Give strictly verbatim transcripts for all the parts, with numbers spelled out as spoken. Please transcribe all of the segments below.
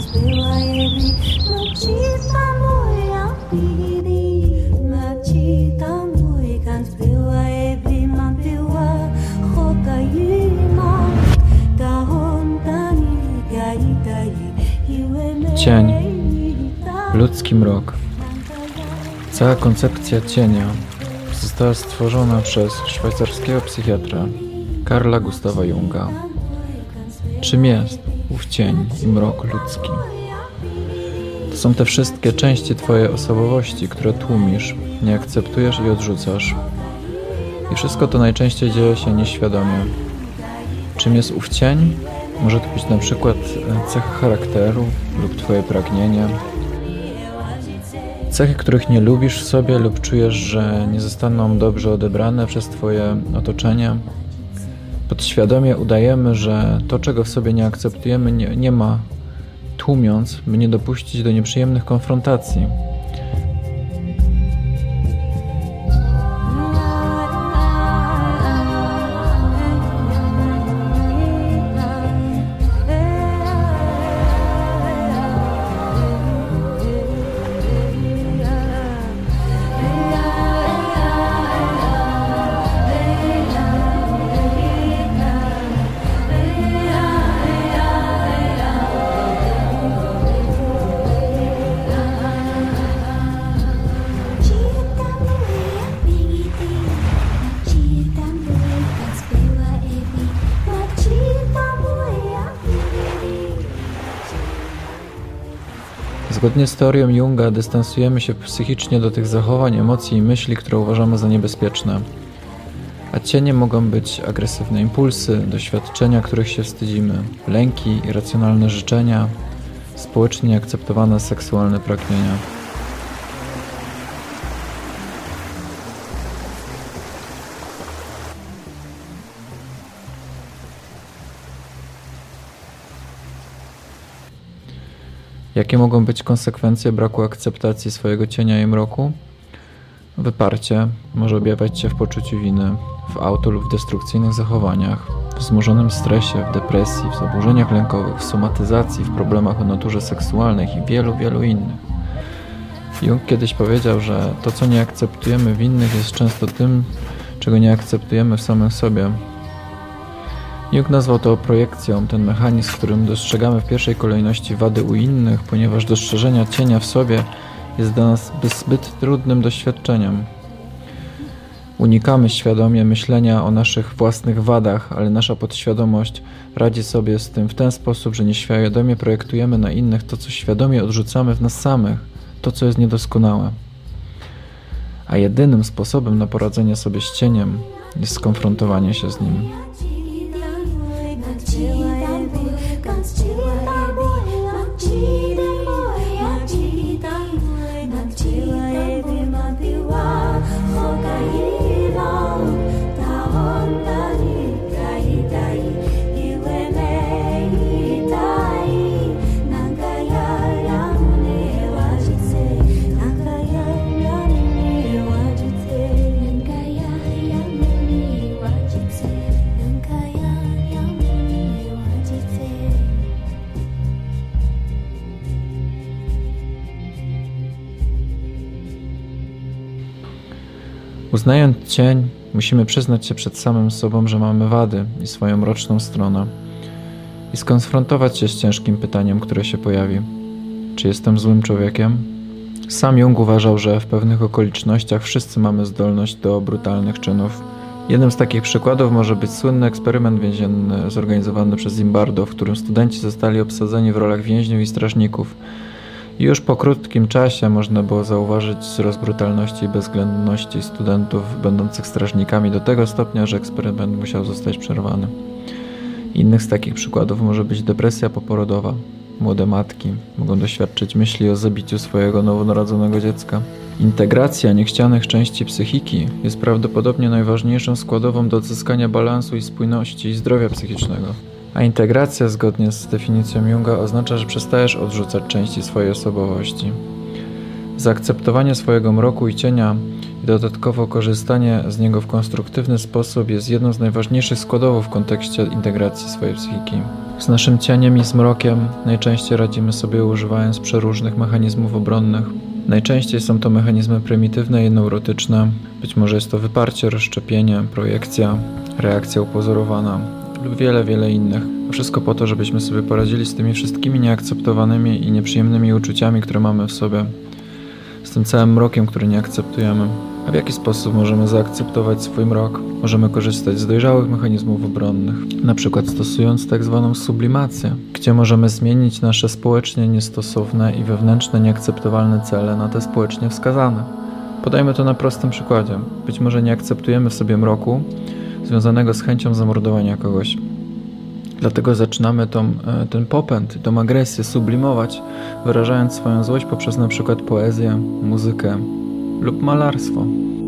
Cień. Ludzki mrok. Cała koncepcja cienia została stworzona przez szwajcarskiego psychiatra Carla Gustawa Junga. Czym jest ów cień i mrok ludzki? To są te wszystkie części twojej osobowości, które tłumisz, nie akceptujesz i odrzucasz. I wszystko to najczęściej dzieje się nieświadomie. Czym jest ów cień? Może to być na przykład cechy charakteru lub twoje pragnienia. Cechy, których nie lubisz w sobie lub czujesz, że nie zostaną dobrze odebrane przez twoje otoczenie. Podświadomie udajemy, że to, czego w sobie nie akceptujemy, nie, nie ma, tłumiąc, by nie dopuścić do nieprzyjemnych konfrontacji. Zgodnie z teorią Junga dystansujemy się psychicznie do tych zachowań, emocji i myśli, które uważamy za niebezpieczne. A cienie mogą być agresywne impulsy, doświadczenia, których się wstydzimy, lęki, irracjonalne życzenia, społecznie nieakceptowane seksualne pragnienia. Jakie mogą być konsekwencje braku akceptacji swojego cienia i mroku? Wyparcie może objawiać się w poczuciu winy, w auto lub w destrukcyjnych zachowaniach, w wzmożonym stresie, w depresji, w zaburzeniach lękowych, w somatyzacji, w problemach o naturze seksualnej i wielu, wielu innych. Jung kiedyś powiedział, że to, co nie akceptujemy w innych, jest często tym, czego nie akceptujemy w samym sobie. Jung nazwał to projekcją, ten mechanizm, w którym dostrzegamy w pierwszej kolejności wady u innych, ponieważ dostrzeżenia cienia w sobie jest dla nas zbyt trudnym doświadczeniem. Unikamy świadomie myślenia o naszych własnych wadach, ale nasza podświadomość radzi sobie z tym w ten sposób, że nieświadomie projektujemy na innych to, co świadomie odrzucamy w nas samych, to, co jest niedoskonałe. A jedynym sposobem na poradzenie sobie z cieniem jest skonfrontowanie się z nim. Uznając cień, musimy przyznać się przed samym sobą, że mamy wady i swoją mroczną stronę i skonfrontować się z ciężkim pytaniem, które się pojawi. Czy jestem złym człowiekiem? Sam Jung uważał, że w pewnych okolicznościach wszyscy mamy zdolność do brutalnych czynów. Jednym z takich przykładów może być słynny eksperyment więzienny zorganizowany przez Zimbardo, w którym studenci zostali obsadzeni w rolach więźniów i strażników. I już po krótkim czasie można było zauważyć wzrost brutalności i bezwzględności studentów będących strażnikami do tego stopnia, że eksperyment musiał zostać przerwany. Innych z takich przykładów może być depresja poporodowa. Młode matki mogą doświadczyć myśli o zabiciu swojego nowonarodzonego dziecka. Integracja niechcianych części psychiki jest prawdopodobnie najważniejszą składową do odzyskania balansu i spójności i zdrowia psychicznego. A integracja, zgodnie z definicją Junga, oznacza, że przestajesz odrzucać części swojej osobowości. Zaakceptowanie swojego mroku i cienia i dodatkowo korzystanie z niego w konstruktywny sposób jest jedną z najważniejszych składowych w kontekście integracji swojej psychiki. Z naszym cieniem i zmrokiem najczęściej radzimy sobie używając przeróżnych mechanizmów obronnych. Najczęściej są to mechanizmy prymitywne i neurotyczne. Być może jest to wyparcie, rozszczepienie, projekcja, reakcja upozorowana lub wiele, wiele innych. Wszystko po to, żebyśmy sobie poradzili z tymi wszystkimi nieakceptowanymi i nieprzyjemnymi uczuciami, które mamy w sobie. Z tym całym mrokiem, który nie akceptujemy. A w jaki sposób możemy zaakceptować swój mrok? Możemy korzystać z dojrzałych mechanizmów obronnych, na przykład stosując tak zwaną sublimację, gdzie możemy zmienić nasze społecznie niestosowne i wewnętrzne nieakceptowalne cele na te społecznie wskazane. Podajmy to na prostym przykładzie. Być może nie akceptujemy w sobie mroku związanego z chęcią zamordowania kogoś. Dlatego zaczynamy tą, ten popęd, tą agresję sublimować, wyrażając swoją złość poprzez na przykład poezję, muzykę lub malarstwo.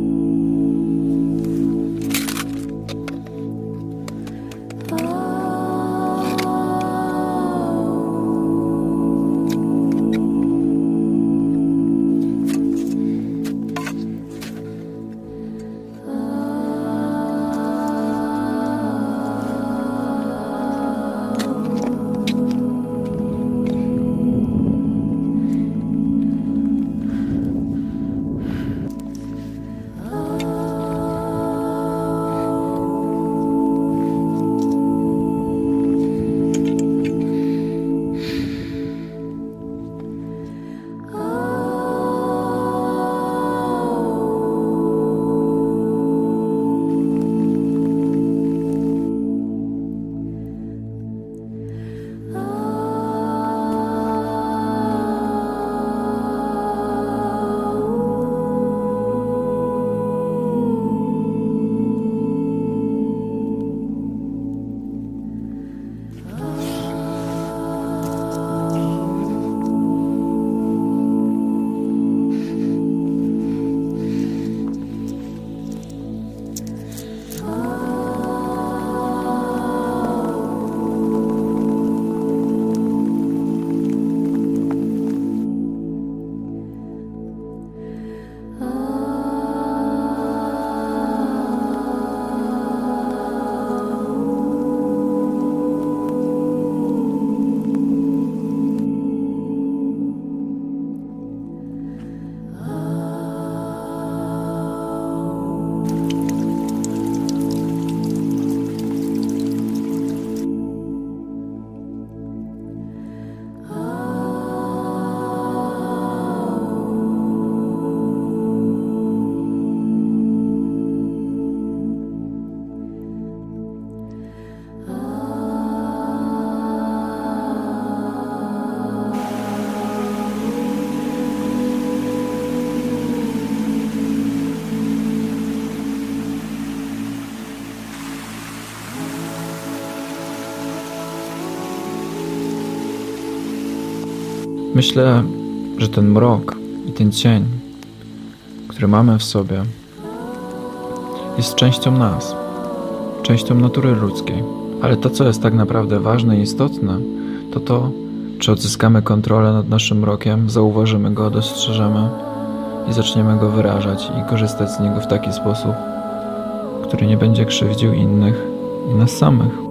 Myślę, że ten mrok i ten cień, który mamy w sobie, jest częścią nas, częścią natury ludzkiej. Ale to, co jest tak naprawdę ważne i istotne, to to, czy odzyskamy kontrolę nad naszym mrokiem, zauważymy go, dostrzeżemy i zaczniemy go wyrażać i korzystać z niego w taki sposób, który nie będzie krzywdził innych i nas samych.